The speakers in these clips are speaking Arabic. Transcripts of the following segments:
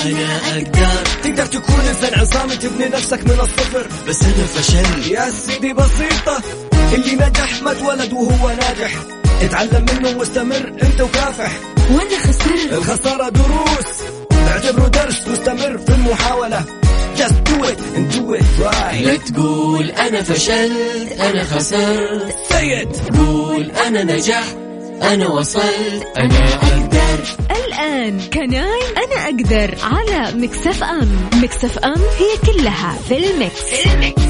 أنا أقدر. تقدر تكون إنسان عصام تبني نفسك من الصفر، بس أنا فشل يا سيدي بسيطة. اللي نجح ما اتولد وهو ناجح، اتعلم منه واستمر انت وكافح. وانا خسرت، الخسارة دروس، اعتبره درس واستمر في المحاولة. Just do it and do it right. لا تقول أنا فشلت أنا خسرت، Say it. قول أنا نجحت أنا وصلت أنا أقدر. الآن كناي أنا أقدر على ميكس اف ام. ميكس اف ام هي كلها في الميكس.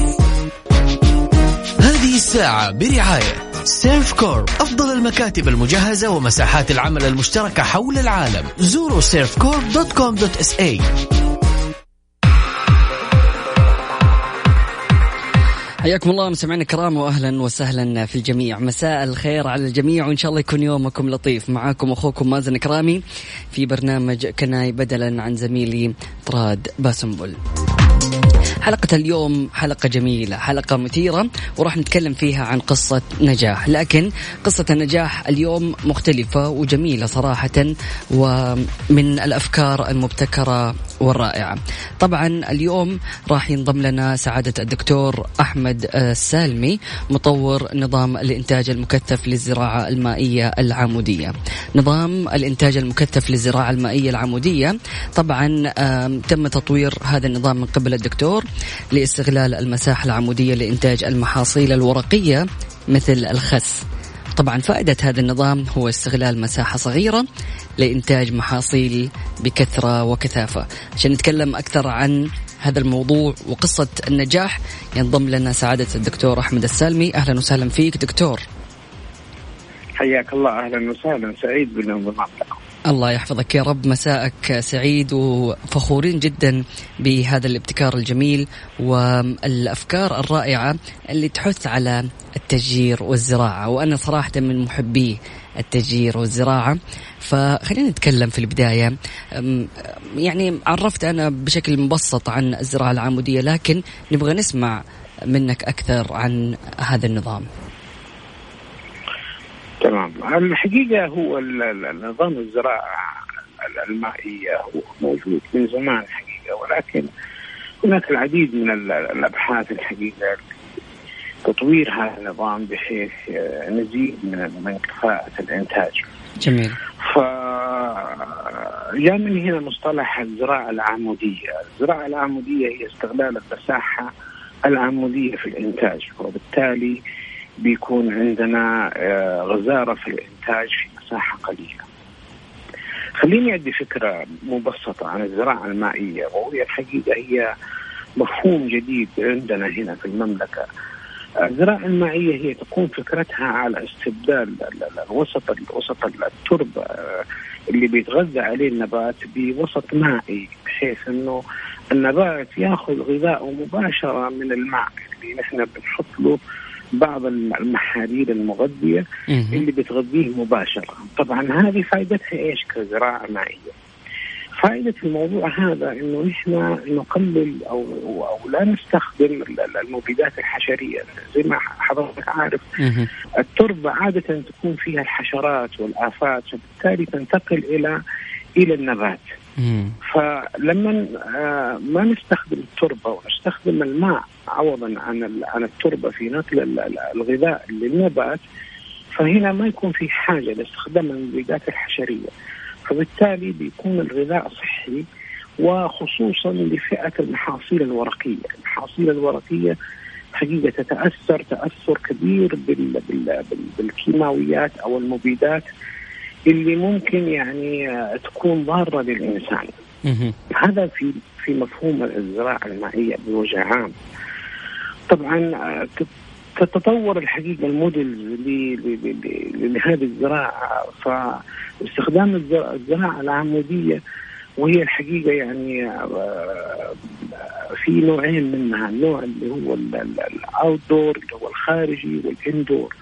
هذه الساعة برعاية سيرف كور، أفضل المكاتب المجهزة ومساحات العمل المشتركة حول العالم. زوروا surfcore.com.sa. حياكم الله مستمعينا الكرام واهلا وسهلا في الجميع. مساء الخير على الجميع وان شاء الله يكون يومكم لطيف. معاكم اخوكم مازن كرامي في برنامج كناي بدلا عن زميلي طراد باسنبل. حلقة اليوم حلقة جميلة، حلقة مثيرة، وراح نتكلم فيها عن قصة نجاح. لكن قصة النجاح اليوم مختلفة وجميلة صراحة، ومن الأفكار المبتكرة والرائعة. طبعا اليوم راح ينضم لنا سعادة الدكتور أحمد السالمي، مطور نظام الإنتاج المكثف للزراعة المائية العمودية. نظام الإنتاج المكثف للزراعة المائية العمودية طبعا تم تطوير هذا النظام من قبل الدكتور لاستغلال المساحة العمودية لإنتاج المحاصيل الورقية مثل الخس. طبعا فائدة هذا النظام هو استغلال مساحة صغيرة لإنتاج محاصيل بكثرة وكثافة. عشان نتكلم أكثر عن هذا الموضوع وقصة النجاح ينضم لنا سعادة الدكتور أحمد السالمي. أهلا وسهلا فيك دكتور. حياك الله. أهلا وسهلا، سعيد بالانضمام لكم. الله يحفظك يا رب. مساءك سعيد وفخورين جدا بهذا الابتكار الجميل والأفكار الرائعة اللي تحث على التشجير والزراعة، وأنا صراحة من محبي التشجير والزراعة. فخلينا نتكلم في البداية. يعني عرفت أنا بشكل مبسط عن الزراعة العمودية، لكن نبغى نسمع منك أكثر عن هذا النظام. تمام. الحقيقة هو النظام الزراعة المائية هو موجود من زمان حقيقة، ولكن هناك العديد من الأبحاث الحقيقة تطوير هذا النظام بحيث نزيد من كفاءة الإنتاج. جميل. جاء من هنا مصطلح الزراعة العمودية. الزراعة العمودية هي استغلال المساحة العمودية في الإنتاج، وبالتالي بيكون عندنا غزارة في الإنتاج في مساحة قليلة. خليني أدي فكرة مبسطة عن الزراعة المائية، وهي الحقيقة هي مفهوم جديد عندنا هنا في المملكة. الزراعة المائية هي تكون فكرتها على استبدال وسط التربة اللي بيتغذى عليه النبات بوسط مائي، بحيث أنه النبات يأخذ غذاءه مباشرة من الماء اللي نحن بنحط له بعض المحاليل المغذية اللي بتغذيه مباشرة. طبعا هذه فائدتها إيش كزراعة مائية؟ فائدة الموضوع هذا إنه نحن نقلل أو لا نستخدم المبيدات الحشرية. زي ما حضرتك عارف التربة عادة تكون فيها الحشرات والآفات، وبالتالي تنتقل إلى النبات. فلما ما نستخدم التربة ونستخدم الماء عوضا عن التربة في نقل الغذاء للنبات، فهنا ما يكون في حاجة لاستخدام المبيدات الحشرية، فبالتالي بيكون الغذاء صحي، وخصوصا لفئة المحاصيل الورقية. المحاصيل الورقية حقيقة تأثر كبير بالكيماويات أو المبيدات اللي ممكن يعني تكون ضارة للإنسان. هذا في مفهوم الزراعة المائية بوجه عام. طبعا تتطور الحقيقة الموديل لهذه الزراعة، فاستخدام الزراعة العمودية، وهي الحقيقة يعني في نوعين منها. النوع اللي هو الأوتدور اللي هو الخارجي، والإندور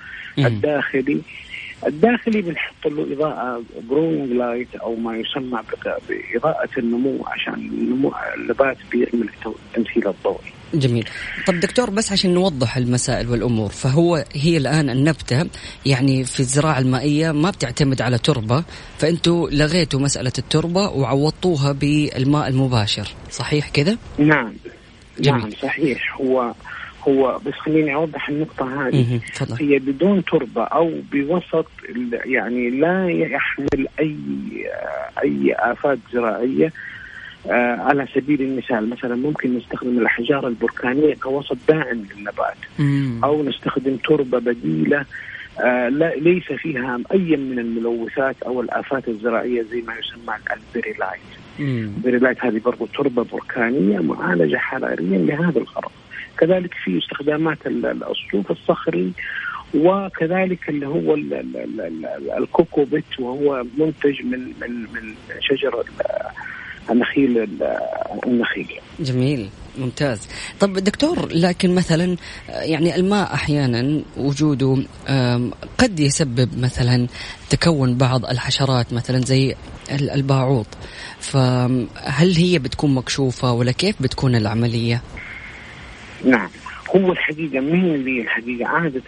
الداخلي بنحط له إضاءة جرونج لايت أو ما يسمى بإضاءة النمو، عشان النمو النبات بيعمل التمثيل الضوئي. جميل. طب دكتور، بس عشان نوضح المسائل والأمور، هي الآن النبتة يعني في الزراعة المائية ما بتعتمد على تربة، فأنتوا لغيتوا مسألة التربة وعوضتوها بالماء المباشر، صحيح كده؟ نعم. جميل. نعم صحيح. هو بس خليني أوضح النقطة هذه. هي بدون تربة أو بوسط يعني لا يحمل أي آفات زراعية. على سبيل المثال مثلا ممكن نستخدم الأحجار البركانية كوسط داعم للنبات، أو نستخدم تربة بديلة ليس فيها أي من الملوثات أو الآفات الزراعية زي ما يسمى البريلايت. البريلايت هذه برضو تربة بركانية معالجة حراريا لهذا الغرض. كذلك في استخدامات الصوف الصخري، وكذلك اللي هو الكوكو بيت، وهو منتج من شجر النخيل. جميل، ممتاز. طب دكتور، لكن مثلا يعني الماء أحيانا وجوده قد يسبب مثلا تكون بعض الحشرات مثلا زي الباعوض، فهل هي بتكون مكشوفة ولا كيف بتكون العملية؟ نعم، هو الحقيقة عادة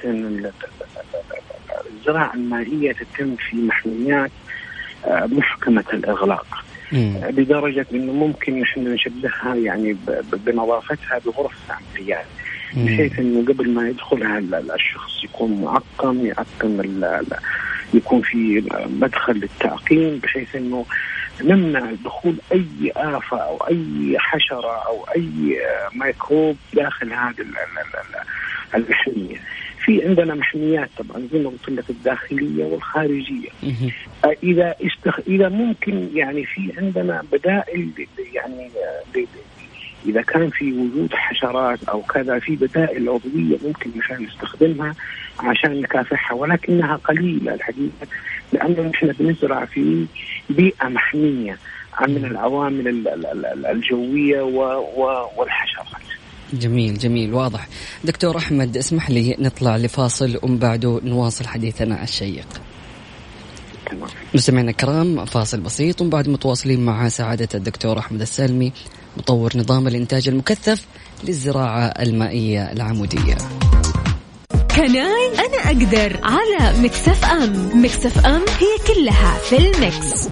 الزراعة المائية تتم في محميات محكمة الإغلاق، بدرجة إنه ممكن نحن نشبهها يعني بنظافتها بغرف العمليات، بحيث إنه قبل ما يدخلها الشخص يكون معقم، يكون في مدخل للتعقيم، بحيث إنه نمنع دخول أي آفة أو أي حشرة أو أي ميكروب داخل هذه المحمية. في عندنا محميات طبعا زي ما قلت لك الداخلية والخارجية. إذا ممكن يعني في عندنا بدائل، يعني إذا كان في وجود حشرات أو كذا، في بدائل عضوية ممكن نحن نستخدمها عشان نكافحها، ولكنها قليلة الحقيقة، لأنه نحن بنزرع في بيئة محمية من العوامل الجوية والحشرات. جميل جميل، واضح. دكتور أحمد، اسمح لي نطلع لفاصل ومن بعده نواصل حديثنا الشيق. مستمعينا الكرام، فاصل بسيط ومن بعد متواصلين مع سعادة الدكتور أحمد السالمي، مطور نظام الإنتاج المكثف للزراعة المائية العمودية. كناي أنا أقدر على مكسف أم. مكسف أم هي كلها في المكس.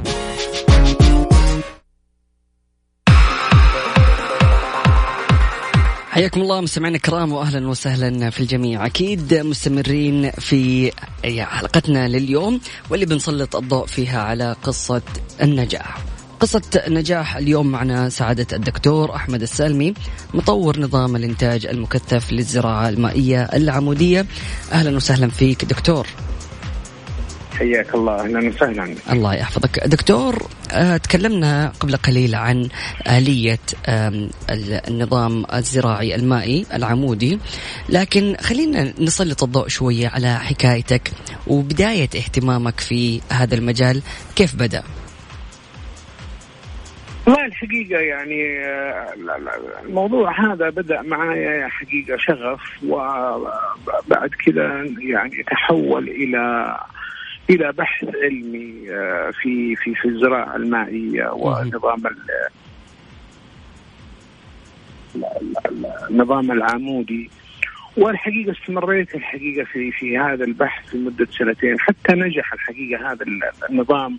حياكم الله مستمعينا الكرام واهلا وسهلا في الجميع. اكيد مستمرين في حلقتنا لليوم واللي بنسلط الضوء فيها على قصة النجاح. قصة نجاح اليوم معنا سعادة الدكتور أحمد السالمي، مطور نظام الإنتاج المكثف للزراعة المائية العمودية. أهلا وسهلا فيك دكتور. حياك الله، أهلا وسهلا. الله يحفظك دكتور. تكلمنا قبل قليل عن آلية النظام الزراعي المائي العمودي، لكن خلينا نسلط الضوء شوية على حكايتك وبداية اهتمامك في هذا المجال، كيف بدأ؟ والله الحقيقة يعني الموضوع هذا بدأ معايا حقيقة شغف، وبعد كده يعني تحول إلى بحث علمي في الزراعة المائية والنظام العمودي. والحقيقة استمريت الحقيقة في هذا البحث لمدة 2 حتى نجح الحقيقة هذا النظام،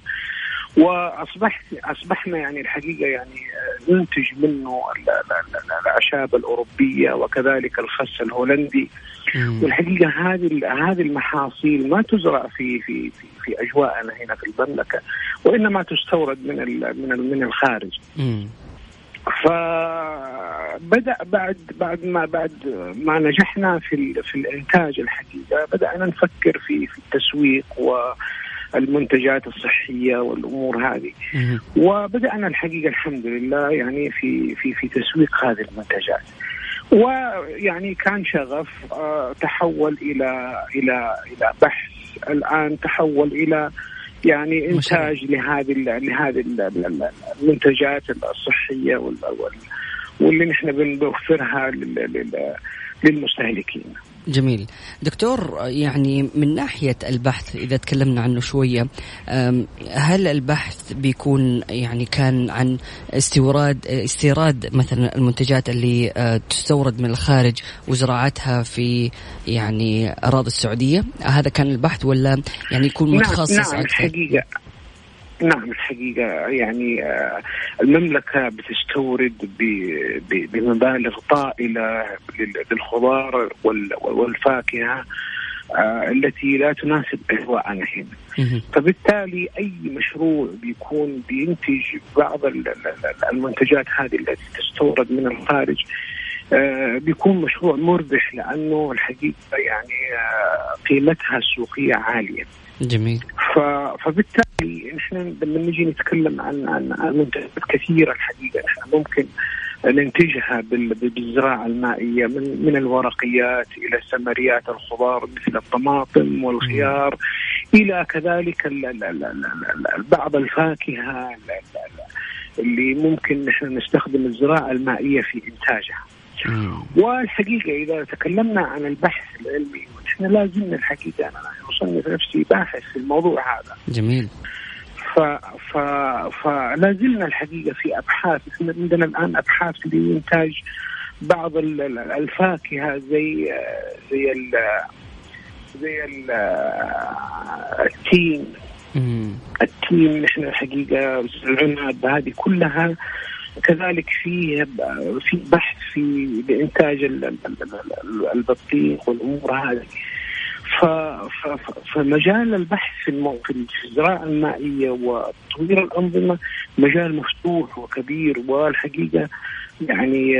وأصبحنا يعني الحقيقة يعني ننتج منه الأعشاب الأوروبية وكذلك الخس الهولندي. والحقيقة هذه المحاصيل ما تزرع في أجواءنا هنا في المملكة، وإنما تستورد من الخارج. فبدأ بعد ما نجحنا في الإنتاج الحقيقة، بدأنا نفكر في التسويق والمنتجات الصحية والأمور هذه، وبدأنا الحقيقة الحمد لله يعني في تسويق هذه المنتجات. ويعني كان شغف تحول إلى بحث، الآن تحول إلى يعني إنتاج لهذه المنتجات الصحية واللي نحن بنوفرها للمستهلكين. جميل دكتور. يعني من ناحية البحث إذا تكلمنا عنه شوية، هل البحث بيكون يعني كان عن استيراد مثلا المنتجات اللي تستورد من الخارج وزراعتها في يعني أراضي السعودية، هذا كان البحث ولا يعني يكون متخصص أكثر؟ نعم الحقيقة يعني المملكة بتستورد بمبالغ طائلة للخضار والفاكهة التي لا تناسب أجواءنا هنا. فبالتالي أي مشروع بيكون بينتج بعض المنتجات هذه التي تستورد من الخارج بيكون مشروع مربح، لأنه الحقيقة يعني قيمتها السوقية عالية. جميل. فبالتالي نحن لما نجي نتكلم عن منتجات كثيرة الحقيقة نحن ممكن ننتجها بالزراعة المائية، من الورقيات إلى ثمريات الخضار مثل الطماطم والخيار، إلى كذلك بعض الفاكهة اللي ممكن نحن نستخدم الزراعة المائية في إنتاجها. والحقيقة إذا تكلمنا عن البحث العلمي نحن لازم الحقيقة أنا أصنف نفسي باحث في الموضوع هذا. جميل. فلازلنا الحقيقة في أبحاث، عندنا الآن أبحاث لإنتاج بعض الفاكهة زي التين نحن الحقيقة العنب هذه كلها كذلك في بحث في بإنتاج البطيخ والأمور هذه. فمجال البحث في الزراعة المائية وتطوير الأنظمة مجال مفتوح وكبير، والحقيقة يعني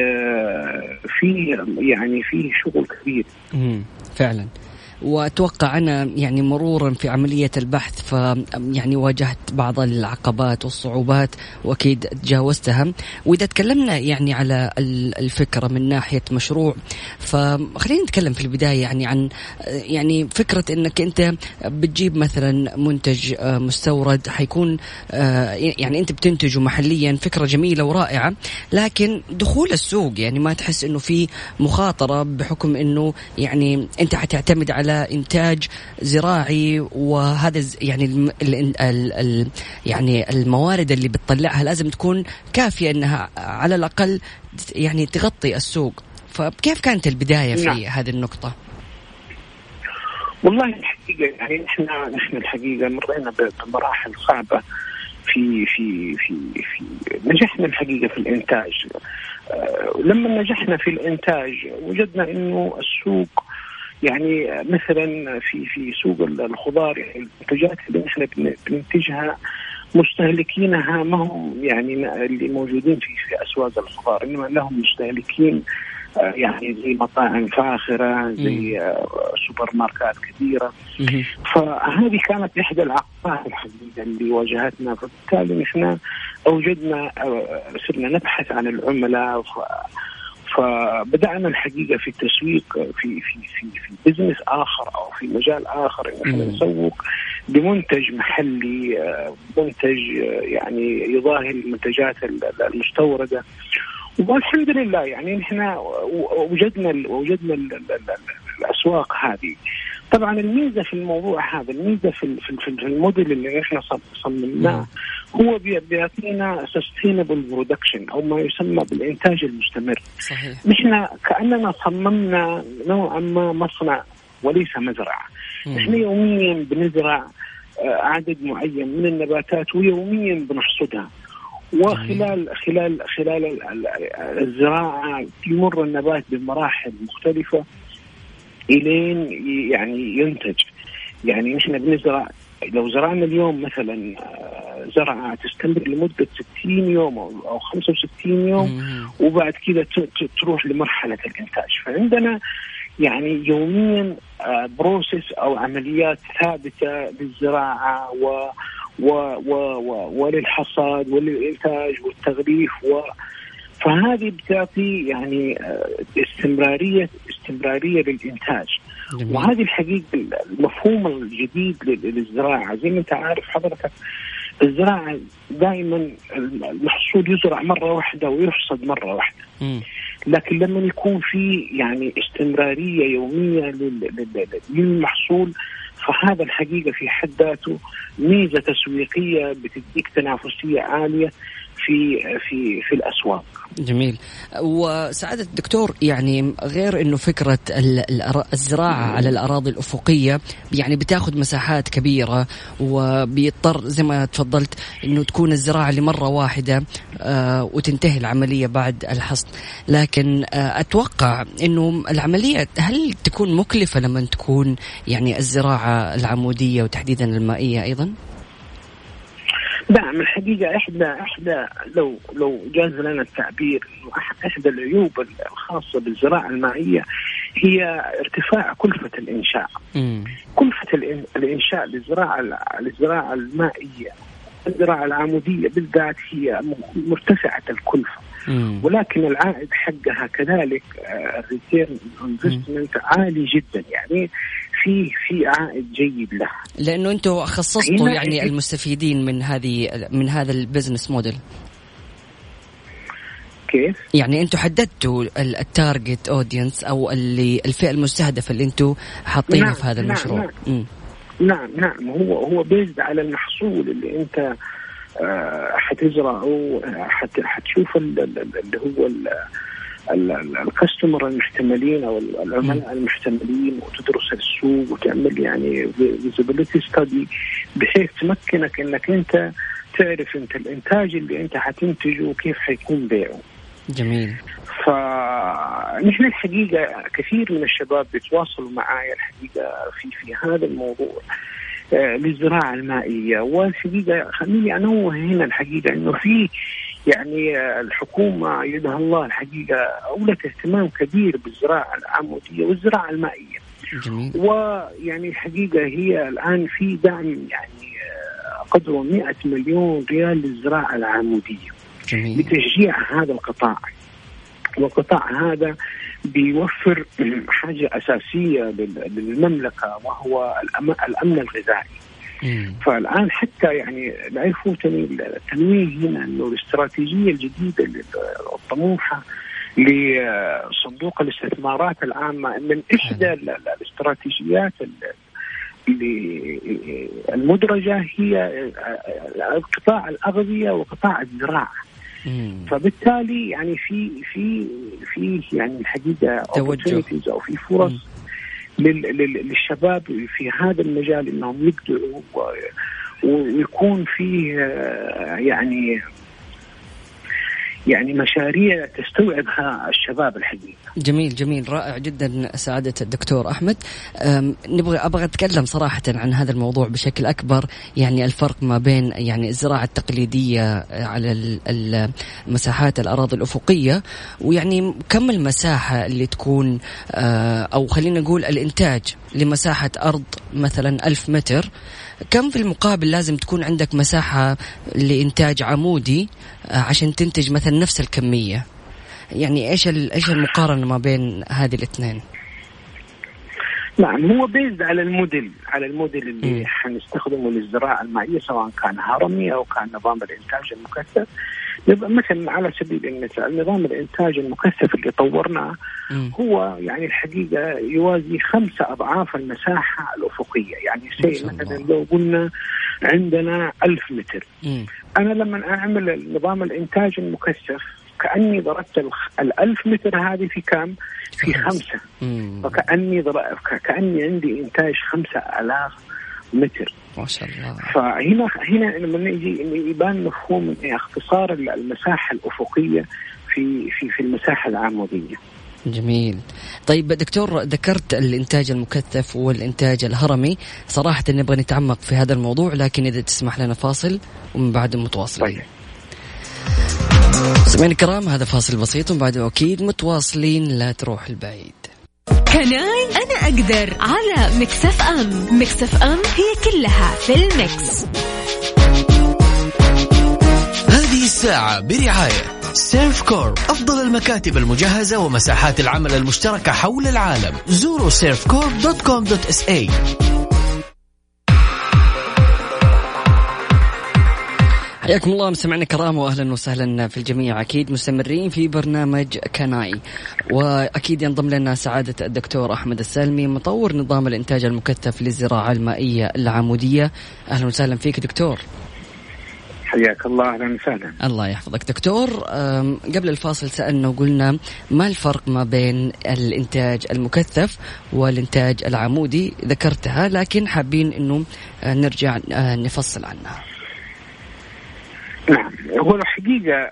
فيه شغل كبير فعلا. وأتوقع أنا يعني مرورا في عملية البحث يعني واجهت بعض العقبات والصعوبات وأكيد تجاوزتها. وإذا تكلمنا يعني على الفكرة من ناحية مشروع، فخلينا نتكلم في البداية يعني عن يعني فكرة أنك أنت بتجيب مثلا منتج مستورد حيكون يعني أنت بتنتجه محليا، فكرة جميلة ورائعة، لكن دخول السوق يعني ما تحس أنه في مخاطرة بحكم أنه يعني أنت حتعتمد على إنتاج زراعي، وهذا يعني يعني الموارد اللي بتطلعها لازم تكون كافية إنها على الأقل يعني تغطي السوق. فكيف كانت البداية في هذه النقطة؟ والله الحقيقة يعني نحن الحقيقة مرينا بمراحل صعبة في نجحنا الحقيقة في الإنتاج. لما نجحنا في الإنتاج وجدنا إنه السوق يعني مثلا في سوق الخضار المنتجات اللي نحن بننتجها مستهلكينها ما هم يعني اللي موجودين في أسواق الخضار، إنما لهم مستهلكين يعني زي مطاعم فاخرة زي سوبر ماركات كبيرة. فهذه كانت إحدى العقبات الحقيقة اللي واجهتنا. فبالتالي نحن صرنا نبحث عن العملاء، فبدأنا الحقيقة في التسويق في بزنس آخر أو في مجال آخر، إن احنا نسوق بمنتج محلي، منتج يعني يضاهي المنتجات المستوردة. والحمد لله يعني نحن وجدنا الأسواق هذه. طبعا الميزة في الموضوع هذا، الميزة في الموديل اللي احنا صممناه هو بيعطينا sustainable production أو ما يسمى بالإنتاج المستمر. صحيح. نحن كأننا صممنا نوعا ما مصنع وليس مزرعة. نحن يوميا بنزرع عدد معين من النباتات ويوميا بنحصدها، وخلال الزراعة يمر النبات بمراحل مختلفة إلين يعني ينتج. يعني نحن بنزرع، لو زرعنا اليوم مثلا زرعة تستمر لمدة 60 يوم أو 65 يوم، وبعد كده تروح لمرحلة الإنتاج. فعندنا يعني يوميا بروسيس أو عمليات ثابتة للزراعة وللحصاد وللإنتاج والتغليف فهذه بتعطي يعني استمرارية للإنتاج. جميل. وهذه الحقيقة المفهوم الجديد للزراعة. زي ما أنت عارف حضرتك الزراعة دائما المحصول يزرع مرة واحدة ويحصد مرة واحدة. لكن لما يكون في يعني استمرارية يومية للمحصول، فهذا الحقيقة في حد ذاته ميزة تسويقية بتديك تنافسية عالية في الأسواق. جميل. وسعادة الدكتور، يعني غير إنه فكرة الزراعة على الأراضي الأفقية يعني بتاخد مساحات كبيرة، وبيضطر زي ما تفضلت إنه تكون الزراعة لمرة واحدة وتنتهي العملية بعد الحصد، لكن أتوقع إنه العملية هل تكون مكلفة لما تكون يعني الزراعة العمودية وتحديدا المائية أيضا؟ نعم، الحقيقة إحدى لو جاز لنا التعبير إنه إحدى العيوب الخاصة بالزراعة المائية هي ارتفاع كلفة الإنشاء. كلفة الإنشاء للزراعة المائية، الزراعة العمودية بالذات هي مرتفعة الكلفة، ولكن العائد حقها كذلك الريتيرن انفستمنت عالي جدا، يعني في عائد جيد له، لأنه أنتوا خصصتوا يعني المستفيدين من هذا البزنس موديل. كيف؟ يعني أنتوا حددتوا التارجت أودينس أو الفئة المستهدفة اللي أنتوا حاطينها في هذا المشروع. نعم هو بيزد على المحصول اللي أنت حتزرعه، حتشوف اللي هو الكاستمر المحتملين أو العملاء المحتملين، وتدرس السوق وتعمل يعني visibility study بحيث تمكنك إنك أنت تعرف أنت الإنتاج اللي أنت حتنتجه وكيف حيكون بيعه. جميل. فنحن الحقيقة كثير من الشباب بيتواصلوا معايا الحقيقة في هذا الموضوع للزراعة المائية، والحقيقة خليني أنوه هنا الحقيقة إنه في يعني الحكومة يدها الله الحقيقة أولت اهتمام كبير بالزراعة العمودية والزراعة المائية. جميل. ويعني الحقيقة هي الآن في دعم يعني قدره 100 مليون ريال للزراعة العمودية. جميل. لتشجيع هذا القطاع، والقطاع هذا بيوفر حاجة أساسية للمملكة وهو الأمن الغذائي. فالآن حتى يعني لا يفوتني التنويه هنا أنه الاستراتيجية الجديدة الطموحة لصندوق الاستثمارات العامة من إحدى الاستراتيجيات المدرجة هي قطاع الأغذية وقطاع الزراعة. فبالتالي يعني في يعني الحقيقة opportunities أو في فرص للشباب في هذا المجال انهم يبدعوا ويكون فيه يعني مشاريع تستوعبها الشباب الحقيقة. جميل رائع جدا سعادة الدكتور أحمد. أبغى أتكلم صراحة عن هذا الموضوع بشكل أكبر، يعني الفرق ما بين يعني الزراعة التقليدية على المساحات الأراضي الأفقية، ويعني كم المساحة اللي تكون أو خلينا نقول الإنتاج لمساحة أرض مثلا 1000 متر، كم في المقابل لازم تكون عندك مساحة لإنتاج عمودي عشان تنتج مثلا نفس الكمية؟ يعني إيش المقارنة ما بين هذه الاثنين؟ نعم، هو بيزد على الموديل اللي حنستخدمه للزراعة المائية، سواء كان هرمي أو كان نظام الإنتاج المكثف. مثلا على سبيل المثال نظام الإنتاج المكثف اللي طورناه هو يعني الحقيقة يوازي 5 أضعاف المساحة الأفقية. يعني مثلا لو قلنا عندنا 1000 متر، أنا لما أعمل نظام الإنتاج المكثف كأني ضربت 1000 متر هذه في كام؟ في 5. فكأني عندي إنتاج 5000 متر. ما شاء الله. فهنا لما نيجي يبان مفهوم اختصار المساحة الأفقية في المساحة العمودية. جميل. طيب دكتور، ذكرت الإنتاج المكثف والإنتاج الهرمي، صراحة نبغى نتعمق في هذا الموضوع، لكن إذا تسمح لنا فاصل ومن بعد متواصلين. طيب. سمعنا الكرام، هذا فاصل بسيط ومن بعده أكيد متواصلين، لا تروح البعيد. كناي أنا أقدر على مكسف أم. مكسف أم هي كلها في المكس. هذه الساعة برعاية سيرف كورب، أفضل المكاتب المجهزة ومساحات العمل المشتركة حول العالم. زوروا surfcorp.com.sa. حياكم الله مستمعينا الكرام وأهلا وسهلا في الجميع. أكيد مستمرين في برنامج كناي، وأكيد ينضم لنا سعادة الدكتور أحمد السالمي مطور نظام الإنتاج المكثف للزراعة المائية العمودية. أهلا وسهلا فيك دكتور. حياك الله، أهلا وسهلا. الله يحفظك دكتور. قبل الفاصل سألنا وقلنا ما الفرق ما بين الإنتاج المكثف والإنتاج العمودي، ذكرتها لكن حابين إنه نرجع نفصل عنها. نعم، هو الحقيقة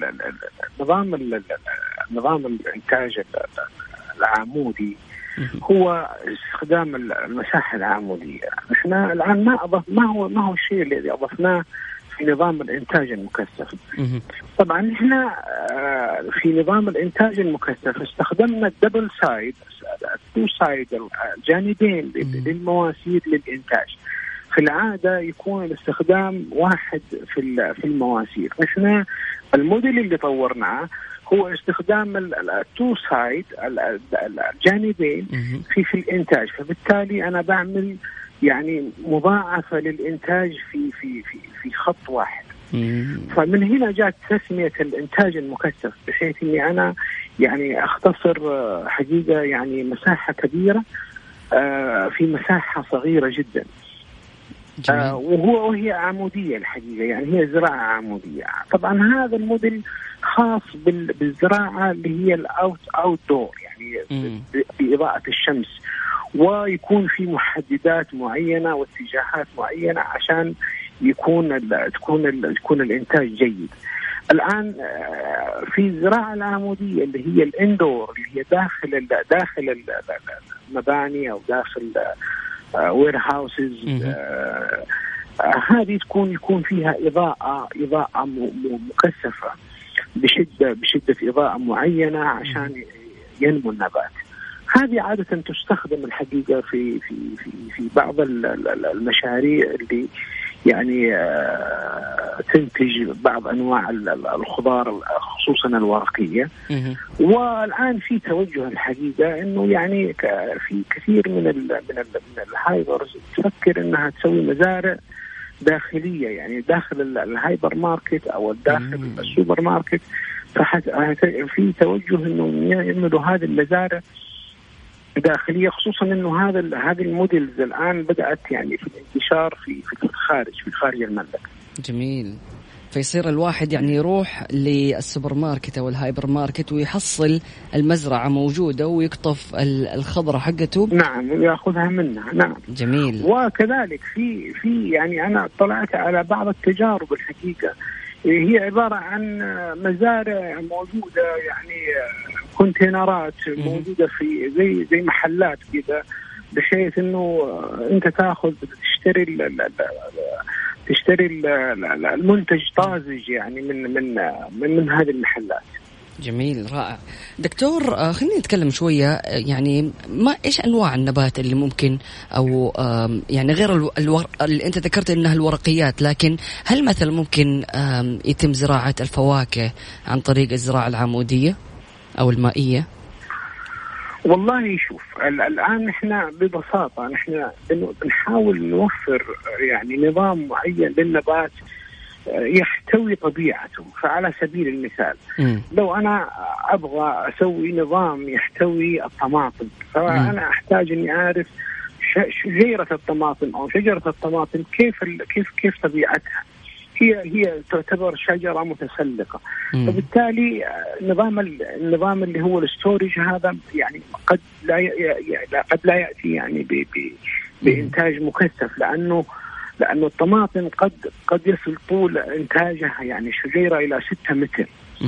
نظام الإنتاج العمودي هو استخدام المساحة العمودية. احنا الآن ما هو الشيء الذي أضفناه في نظام الإنتاج المكثف. طبعا احنا في نظام الإنتاج المكثف استخدمنا الدبل سايد، تو سايد، الجانبين للمواسير للإنتاج. في العادة يكون الاستخدام واحد في المواسير. احنا الموديل اللي طورناه هو استخدام التو سايد، الجانبين في الإنتاج، فبالتالي أنا بعمل يعني مضاعفة للإنتاج في خط واحد. فمن هنا جاءت تسمية الإنتاج المكثف، بحيث إني أنا يعني أختصر حقيقة يعني مساحة كبيرة في مساحة صغيرة جدا. وهي عمودية الحقيقة، يعني هي زراعة عمودية. طبعا هذا الموديل خاص بالزراعة اللي هي الأوت دور، يعني بإضاءة الشمس، ويكون في محددات معينة واتجاهات معينة عشان تكون الإنتاج جيد. الآن في الزراعة العمودية اللي هي الإندور، اللي هي داخل المباني أو داخل وير هاوسز، هذه يكون فيها إضاءة مكثفة بشدة إضاءة معينة عشان ينمو النبات. هذه عادة تستخدم الحقيقة في بعض المشاريع اللي يعني تنتج بعض أنواع الخضار خصوصا الورقية. والآن في توجه الحقيقة إنه يعني في كثير من الهايبرز تفكر إنها تسوي مزارع داخلية، يعني داخل الهايبر ماركت أو داخل السوبر ماركت. في توجه إنه يعملوا هذه المزارع داخلية، خصوصا إنه هذه الموديلز الآن بدأت يعني في الانتشار في خارج المملكة. جميل. فيصير الواحد يعني يروح للسوبر ماركت أو الهايبر ماركت ويحصل المزرعة موجودة ويقطف الخضرة حقته. نعم، يأخذها منها. نعم، جميل. وكذلك في يعني أنا طلعت على بعض التجارب الحقيقة، هي عبارة عن مزارع موجودة، يعني كونتينرات موجودة في زي محلات كذا، بحيث إنه أنت تشتري المنتج طازج يعني من هذه المحلات. جميل، رائع. دكتور خلينا نتكلم شوية، يعني إيش أنواع النبات اللي ممكن أو يعني غير اللي أنت ذكرت إنها الورقيات، لكن هل مثلا ممكن يتم زراعة الفواكه عن طريق الزراعة العمودية أو المائية؟ والله شوف، الآن إحنا ببساطة بنحاول نوفر يعني نظام معين للنبات يحتوي طبيعته. فعلى سبيل المثال لو أنا أبغى أسوي نظام يحتوي الطماطم، فأنا أحتاج أني أعرف شجيرة الطماطم أو شجرة الطماطم كيف طبيعتها. هي تعتبر شجرة متسلقة، فبالتالي النظام اللي هو الستورج هذا يعني قد لا يأتي يعني بإنتاج مكثف، لأنه الطماطم قد يصل طول إنتاجها يعني شجيرة إلى 6 متر.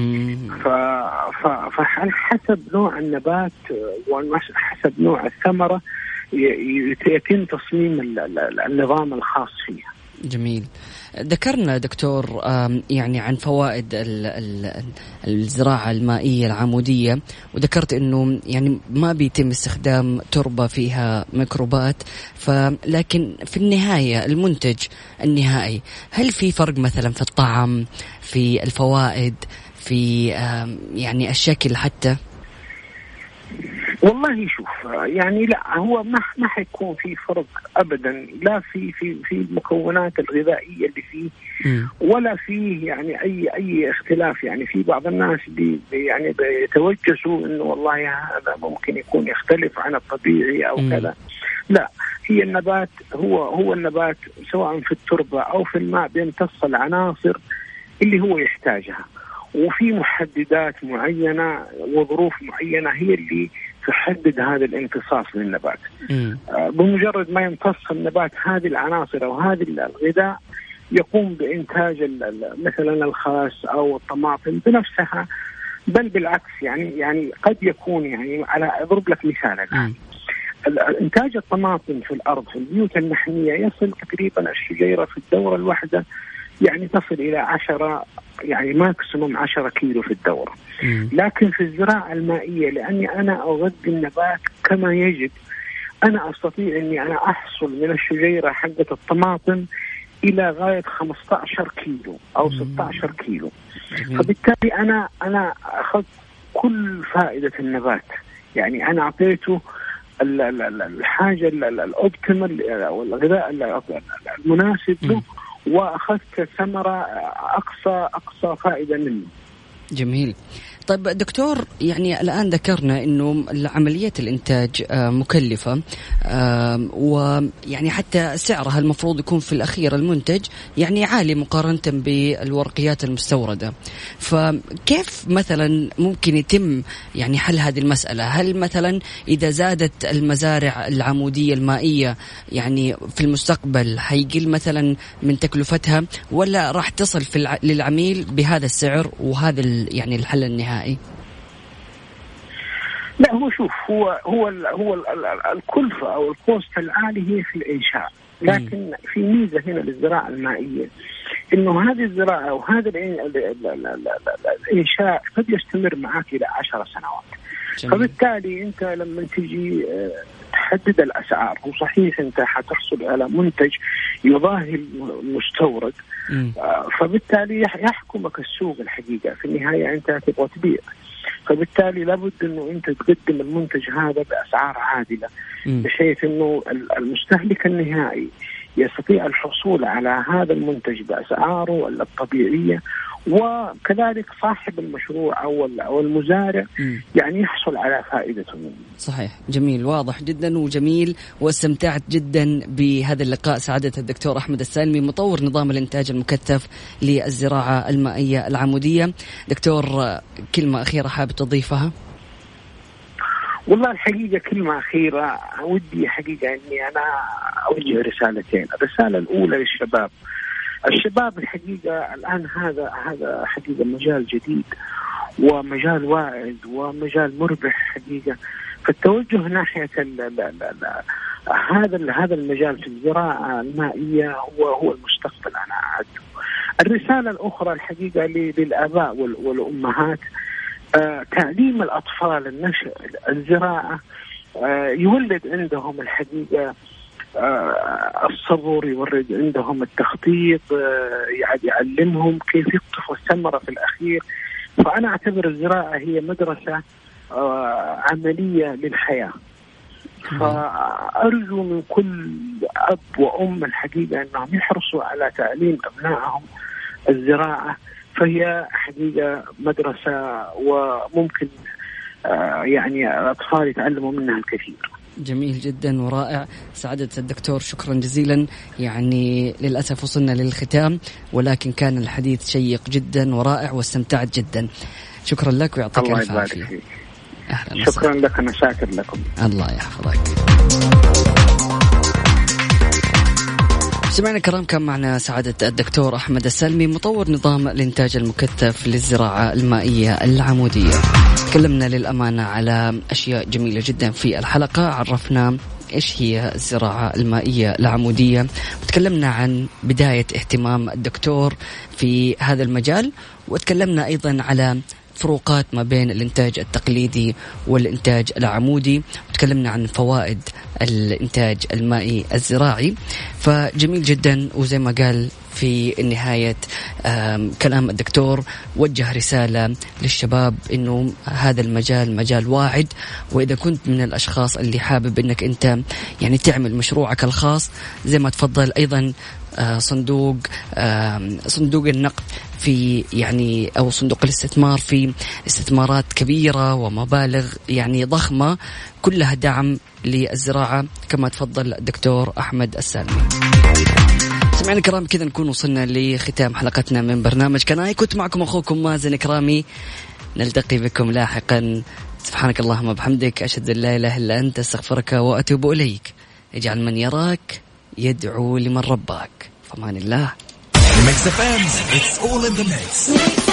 فحسب نوع النبات وحسب نوع الثمرة يتم تصميم النظام الخاص فيها. جميل. ذكرنا دكتور يعني عن فوائد الزراعة المائية العمودية، وذكرت انه يعني ما بيتم استخدام تربة فيها ميكروبات، لكن في النهاية المنتج النهائي هل في فرق مثلا في الطعم، في الفوائد، في يعني الشكل حتى؟ والله شوف، يعني لا، هو ما حيكون في فرق ابدا، لا في المكونات الغذائيه اللي فيه ولا فيه يعني اي اختلاف. يعني في بعض الناس يعني بيتوجسوا انه والله هذا ممكن يكون يختلف عن الطبيعي او كذا. لا، هي النبات هو النبات سواء في التربه او في الماء بيمتص العناصر اللي هو يحتاجها، وفي محددات معينه وظروف معينه هي اللي تحدد هذا الامتصاص للنبات. بمجرد ما يمتص النبات هذه العناصر أو هذه الغذاء يقوم بإنتاج مثلا الخس أو الطماطم بنفسها، بل بالعكس. يعني قد يكون، يعني على أضرب لك مثال الآن، إنتاج الطماطم في الأرض في البيوت المحمية يصل تقريبا الشجيرة في الدورة الواحدة يعني تصل إلى 10، يعني ماكسيموم 10 كيلو في الدورة. لكن في الزراعة المائية لأني أنا أغذي النبات كما يجب، أنا أستطيع أني أنا أحصل من الشجيرة حقة الطماطم إلى غاية 15 كيلو أو 16 كيلو. فبالتالي أنا أخذت كل فائدة النبات، يعني أنا أعطيته الحاجة الأوبتيمال أو الغذاء المناسب له، وأخذت ثمرة أقصى فائدة منه. جميل. طيب دكتور، يعني الآن ذكرنا إنه عملية الإنتاج مكلفة، ويعني حتى سعرها المفروض يكون في الأخير المنتج يعني عالي مقارنة بالورقيات المستوردة. فكيف مثلا ممكن يتم يعني حل هذه المسألة؟ هل مثلا إذا زادت المزارع العمودية المائية يعني في المستقبل هيقل مثلا من تكلفتها، ولا راح تصل للعميل بهذا السعر وهذا يعني الحل النهائي؟ لا، هو شوف، هو الكلفة أو الكوست العالي هي في الإنشاء، لكن في ميزة هنا للزراعة المائية، إنه هذه الزراعة وهذا الإنشاء قد يستمر معك إلى 10 سنوات. فبالتالي أنت لما تجي تحدد الأسعار، وصحيح أنت حتحصل على منتج يضاهي المستورد، فبالتالي يحكمك السوق الحقيقة في النهاية، أنت تبغى تبيع، فبالتالي لابد أنه أنت تقدم المنتج هذا بأسعار عادلة بحيث أنه المستهلك النهائي يستطيع الحصول على هذا المنتج بأسعاره الطبيعية، وكذلك صاحب المشروع أو المزارع يعني يحصل على فائدته منه. صحيح، جميل، واضح جدا وجميل، واستمتعت جدا بهذا اللقاء. سعادة الدكتور أحمد السالمي، مطور نظام الإنتاج المكثف للزراعة المائية العمودية. دكتور، كلمة أخيرة حابب تضيفها؟ والله الحقيقة كلمة أخيرة، ودي حقيقة أني أنا أوجه رسالتين. الرسالة الأولى للشباب. الشباب الحقيقة الآن هذا حقيقة مجال جديد ومجال واعد ومجال مربح حقيقة، فالتوجه ناحية هذا المجال في الزراعة المائية هو المستقبل أنا أعد. الرسالة الأخرى الحقيقة للآباء والأمهات، تعليم الأطفال النشء الزراعة يولد عندهم الحقيقة الصبر، يورد عندهم التخطيط، يعلمهم كيف يقطفوا الثمرة في الأخير. فأنا أعتبر الزراعة هي مدرسة عملية للحياة. فأرجو من كل أب وأم الحقيقة أنهم يحرصوا على تعليم أبنائهم الزراعة، فهي حقيقة مدرسة وممكن يعني الأطفال يتعلموا منها الكثير. جميل جدا ورائع. سعادة الدكتور، شكرا جزيلا. يعني للأسف وصلنا للختام، ولكن كان الحديث شيق جدا ورائع واستمتعت جدا. شكرا لك ويعطيك الف عافية. شكرا لك، أنا شاكر لكم. الله يحفظك. سمعنا الكرام، كان معنا سعادة الدكتور أحمد السالمي، مطور نظام الإنتاج المكثف للزراعة المائية العمودية. تكلمنا للأمانة على أشياء جميلة جدا في الحلقة، عرفنا إيش هي الزراعة المائية العمودية، وتكلمنا عن بداية اهتمام الدكتور في هذا المجال، وتكلمنا أيضا على فروقات ما بين الإنتاج التقليدي والإنتاج العمودي، وتكلمنا عن فوائد الإنتاج المائي الزراعي. فجميل جدا، وزي ما قال في نهاية كلام الدكتور وجه رسالة للشباب إنه هذا المجال مجال واعد، وإذا كنت من الأشخاص اللي حابب إنك أنت يعني تعمل مشروعك الخاص زي ما تفضل، أيضا صندوق النقد في يعني أو صندوق الاستثمار في استثمارات كبيرة ومبالغ يعني ضخمة كلها دعم للزراعة كما تفضل الدكتور أحمد السالمي. سمعنا الكرام كذا نكون وصلنا لختام حلقتنا من برنامج كناي، كنت معكم أخوكم مازن كرامي، نلتقي بكم لاحقا. سبحانك اللهم وبحمدك، أشهد أن لا إله إلا أنت، استغفرك وأتوب إليك. اجعل من يراك يدعو لمن رباك. فمان الله. Mix FM, it's all in the mix.